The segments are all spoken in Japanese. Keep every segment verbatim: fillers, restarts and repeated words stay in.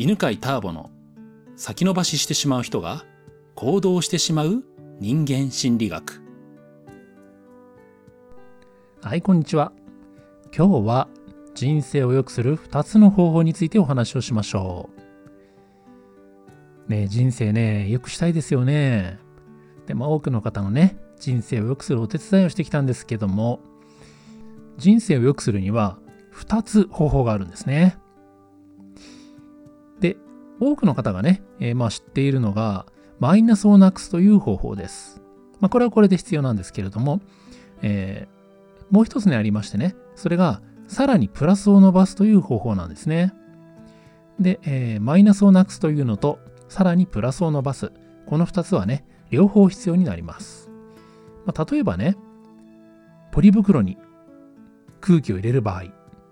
犬飼ターボの先延ばししてしまう人が行動してしまう人間心理学。 はい、こんにちは。今日は人生を良くするふたつの方法についてお話をしましょう。ねえ、人生ね、良くしたいですよね。でも多くの方のね、人生を良くするお手伝いをしてきたんですけども、人生を良くするにはふたつ方法があるんですね。で、多くの方がね、えー、まあ知っているのが、マイナスをなくすという方法です。まあこれはこれで必要なんですけれども、えーもう一つねありましてね、それがさらにプラスを伸ばすという方法なんですね。で、えー、マイナスをなくすというのと、さらにプラスを伸ばす。この二つはね、両方必要になります。まあ、例えばね、ポリ袋に空気を入れる場合、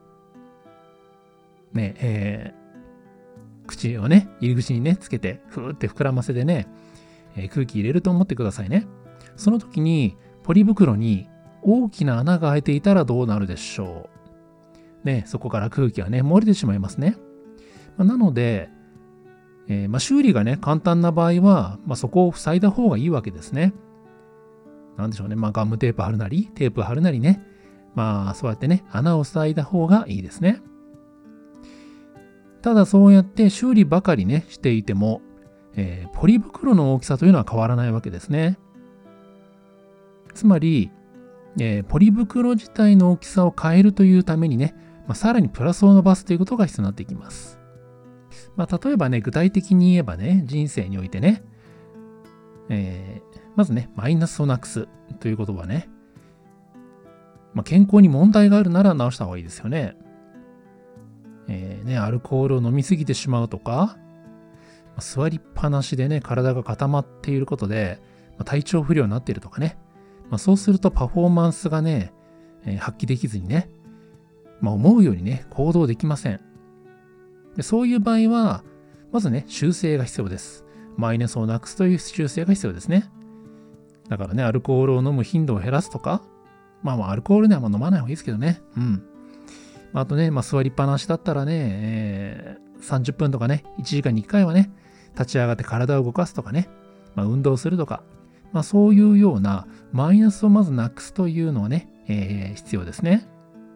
ね、えー、口をね、入り口にね、つけて、ふーって膨らませてね、えー、空気入れると思ってくださいね。その時に、ポリ袋に大きな穴が開いていたらどうなるでしょう。ね、そこから空気がね、漏れてしまいますね。まあ、なので、えーまあ、修理がね、簡単な場合は、まあ、そこを塞いだ方がいいわけですね。なんでしょうね、まあ、ガムテープ貼るなり、テープ貼るなりね、まあ、そうやってね、穴を塞いだ方がいいですね。ただ、そうやって修理ばかりね、していても、えー、ポリ袋の大きさというのは変わらないわけですね。つまり、えー、ポリ袋自体の大きさを変えるというためにね、まあ、さらにプラスを伸ばすということが必要になってきます。まあ、例えばね、具体的に言えばね、人生においてね、えー、まずね、マイナスをなくすということはね、まあ、健康に問題があるなら直した方がいいですよね。えー、ね、アルコールを飲みすぎてしまうとか、まあ、座りっぱなしでね、体が固まっていることで、まあ、体調不良になっているとかね、まあ、そうするとパフォーマンスがね、えー、発揮できずにね、まあ、思うようにね、行動できません。でそういう場合は、まずね、修正が必要です。マイナスをなくすという修正が必要ですね。だからね、アルコールを飲む頻度を減らすとか、まあまあ、アルコールね、あんま飲まない方がいいですけどね。うん。あとね、まあ、座りっぱなしだったらね、えー、さんじゅっぷんとかね、いちじかんにいっかいはね、立ち上がって体を動かすとかね、まあ、運動するとか、まあ、そういうようなマイナスをまずなくすというのはね、えー、必要ですね。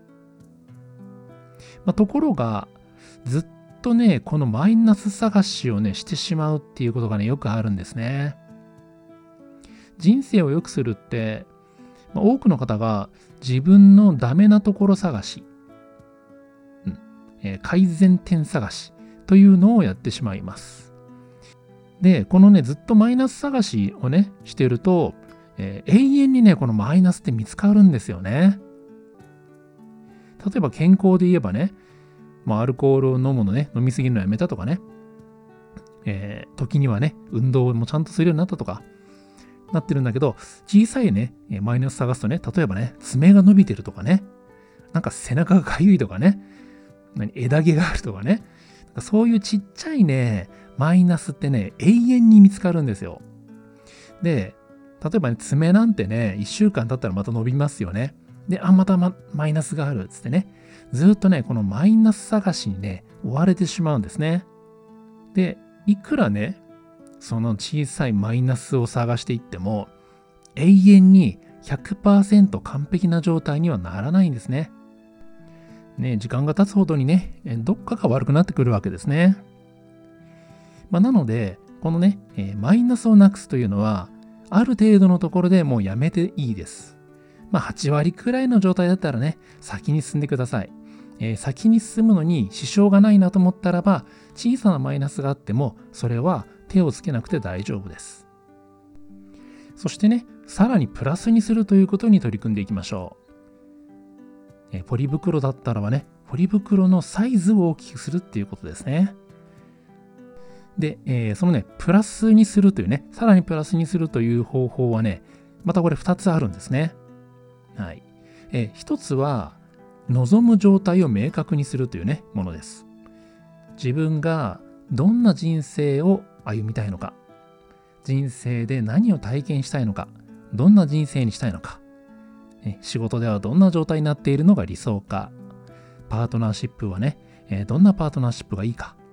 まあ、ところが、ずっとね、このマイナス探しをね、してしまうっていうことがね、よくあるんですね。人生を良くするって、まあ、多くの方が自分のダメなところ探し、うんえー、改善点探しというのをやってしまいます。で、このね、ずっとマイナス探しをね、してると、えー、永遠にね、このマイナスって見つかるんですよね。例えば健康で言えばね、まあ、アルコールを飲むのね、飲みすぎるのやめたとかね、えー、時にはね、運動もちゃんとするようになったとか、なってるんだけど、小さいね、マイナス探すとね、例えばね、爪が伸びてるとかね、なんか背中がかゆいとかね、何枝毛があるとかね、そういうちっちゃいね、マイナスってね、永遠に見つかるんですよ。で、例えばね、爪なんてね、いっしゅうかん経ったらまた伸びますよね。で、あ、また、ま、マイナスがあるっつってね、ずっとね、このマイナス探しにね、追われてしまうんですね。で、いくらね、その小さいマイナスを探していっても、永遠に ひゃくパーセント 完璧な状態にはならないんですね。ね、時間が経つほどにね、どっかが悪くなってくるわけですね。まあ、なので、このね、えー、マイナスをなくすというのは、ある程度のところでもうやめていいです。まあ、はちわりくらいの状態だったらね、先に進んでください。えー、先に進むのに支障がないなと思ったらば、小さなマイナスがあっても、それは手をつけなくて大丈夫です。そしてね、さらにプラスにするということに取り組んでいきましょう。えー、ポリ袋だったらばね、ポリ袋のサイズを大きくするっていうことですね。で、えー、そのね、プラスにするというね、さらにプラスにするという方法はね、またこれふたつあるんですね。はい。えー、ひとつは、望む状態を明確にするというね、ものです。自分がどんな人生を歩みたいのか、人生で何を体験したいのか、どんな人生にしたいのか、え仕事ではどんな状態になっているのが理想か、パートナーシップはね、えー、どんなパートナーシップがいいか、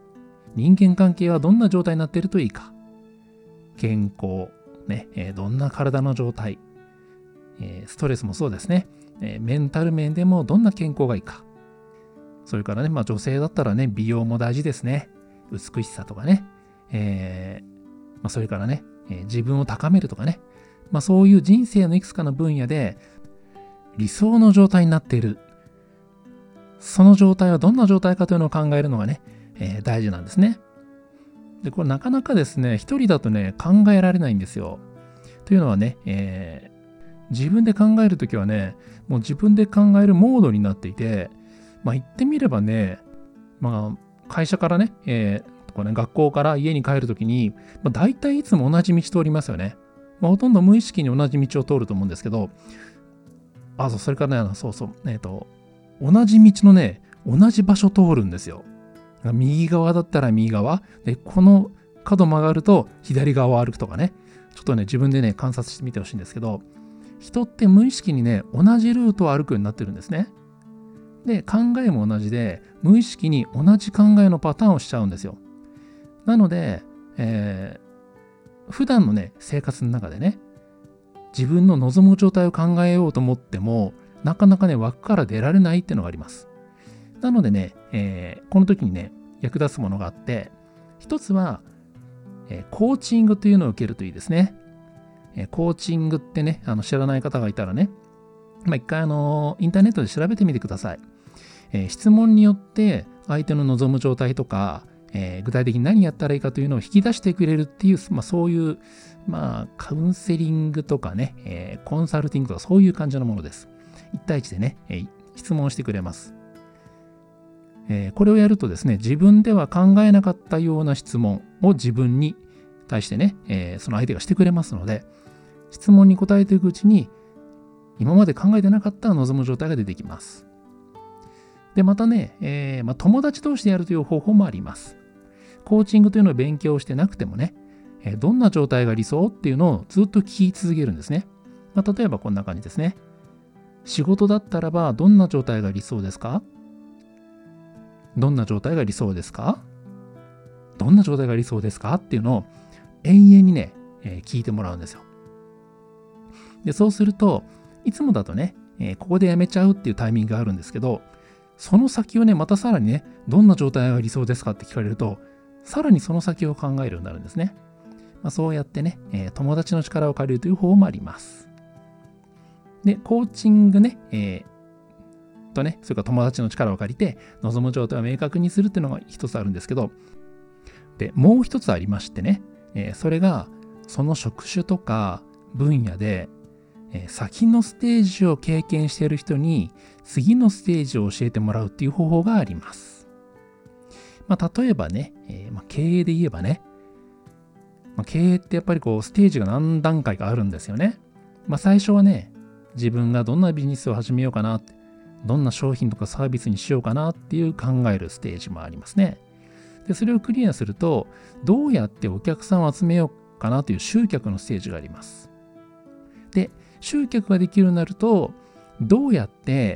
人間関係はどんな状態になっているといいか。健康、ね、えー、どんな体の状態、えー、ストレスもそうですね、えー、メンタル面でもどんな健康がいいか。それからね、まあ女性だったらね、美容も大事ですね。美しさとかね、えーまあ、それからね、えー、自分を高めるとかね、まあそういう人生のいくつかの分野で理想の状態になっている。その状態はどんな状態かというのを考えるのがね、えー、大事なんですね。で、これなかなかですね、一人だとね、考えられないんですよ。というのはね、えー、自分で考えるときはね、もう自分で考えるモードになっていて、まあ言ってみればね、まあ会社からね、えーとかね、学校から家に帰るときに、まあ、大体いつも同じ道通りますよね。まあ、ほとんど無意識に同じ道を通ると思うんですけど、あ、そう、それからね、そうそう、えっと、同じ道のね、同じ場所通るんですよ。右側だったら右側。で、この角曲がると左側を歩くとかね。ちょっとね、自分でね、観察してみてほしいんですけど、人って無意識にね、同じルートを歩くようになってるんですね。で、考えも同じで、無意識に同じ考えのパターンをしちゃうんですよ。なので、えー、普段のね、生活の中でね、自分の望む状態を考えようと思っても、なかなかね、枠から出られないっていうのがあります。なのでね、えー、この時にね、役立つものがあって、一つは、えー、コーチングというのを受けるといいですね。えー、コーチングってね、あの知らない方がいたらね、まあ、一回あのインターネットで調べてみてください。えー、質問によって相手の望む状態とか、えー、具体的に何やったらいいかというのを引き出してくれるっていう、まあ、そういう、まあ、カウンセリングとかね、えー、コンサルティングとかそういう感じのものです。一対一でね、えー、質問してくれます。えー、これをやるとですね、自分では考えなかったような質問を自分に対してね、えー、その相手がしてくれますので、質問に答えていくうちに、今まで考えてなかった望む状態が出てきます。で、またね、えーまあ、友達同士でやるという方法もあります。コーチングというのを勉強してなくてもね、えー、どんな状態が理想っていうのをずっと聞き続けるんですね。まあ、例えばこんな感じですね。仕事だったらばどんな状態が理想ですか？どんな状態が理想ですか？どんな状態が理想ですかっていうのを永遠にね、えー、聞いてもらうんですよ。で、そうすると、いつもだとね、えー、ここでやめちゃうっていうタイミングがあるんですけど、その先をね、またさらにね、どんな状態が理想ですかって聞かれると、さらにその先を考えるようになるんですね。まあ、そうやってね、えー、友達の力を借りるという方法もあります。で、コーチングね、えー、とね、それから友達の力を借りて、望む状態を明確にするっていうのが一つあるんですけど、で、もう一つありましてね、えー、それが、その職種とか分野で、えー、先のステージを経験している人に、次のステージを教えてもらうっていう方法があります。まあ、例えばね、えーまあ、経営で言えばね、まあ、経営ってやっぱりこう、ステージが何段階かあるんですよね。まあ、最初はね、自分がどんなビジネスを始めようかなって、どんな商品とかサービスにしようかなっていう考えるステージもありますね。で、それをクリアすると、どうやってお客さんを集めようかなという集客のステージがあります。で、集客ができるようになると、どうやって、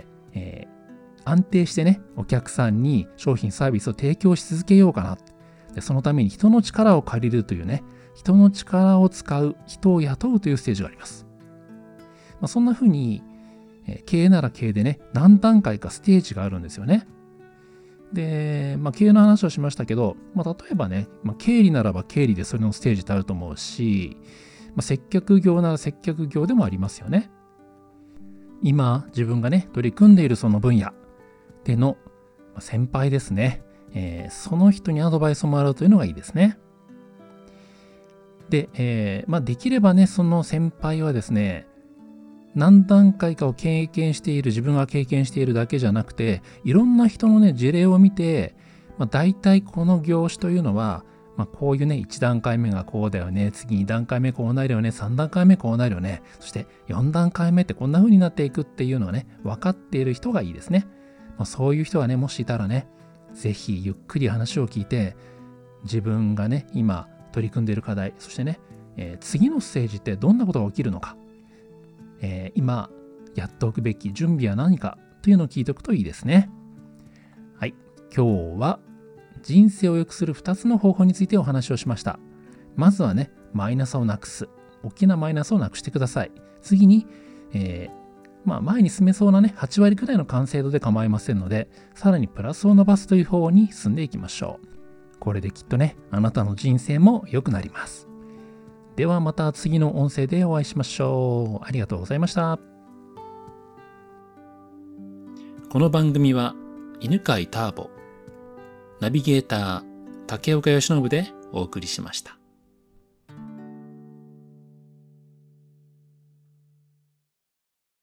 えー、安定してね、お客さんに商品サービスを提供し続けようかな。で、そのために人の力を借りるというね、人の力を使う、人を雇うというステージがあります。まあ、そんな風に、えー、経営なら経営でね、何段階かステージがあるんですよね。で、まあ、経営の話をしましたけど、まあ、例えばね、まあ、経理ならば経理でそれのステージってあると思うし、まあ、接客業なら接客業でもありますよね。今、自分がね、取り組んでいるその分野での先輩ですね。えー、その人にアドバイスをもらうというのがいいですね。で、えーまあ、できればね、その先輩はですね、何段階かを経験している、自分が経験しているだけじゃなくて、いろんな人のね、事例を見て、まあ、大体この業種というのは、まあ、こういうね、いち段階目がこうだよね、次に段階目こうなるよね、さん段階目こうなるよね、そしてよん段階目ってこんな風になっていくっていうのをね、分かっている人がいいですね。まあ、そういう人がね、もしいたらね、ぜひゆっくり話を聞いて、自分がね、今取り組んでいる課題、そしてね、えー、次のステージってどんなことが起きるのか、えー、今やっておくべき準備は何かというのを聞いておくといいですね。はい、今日は人生を良くするふたつの方法についてお話をしました。まずはね、マイナスをなくす。大きなマイナスをなくしてください。次に、えー、まあ前に進めそうなね、はちわりくらいの完成度で構いませんので、さらにプラスを伸ばすという方に進んでいきましょう。これできっとね、あなたの人生も良くなります。ではまた次の音声でお会いしましょう。ありがとうございました。 この番組は犬飼ターボ、ナビゲーター竹岡由伸でお送りしました。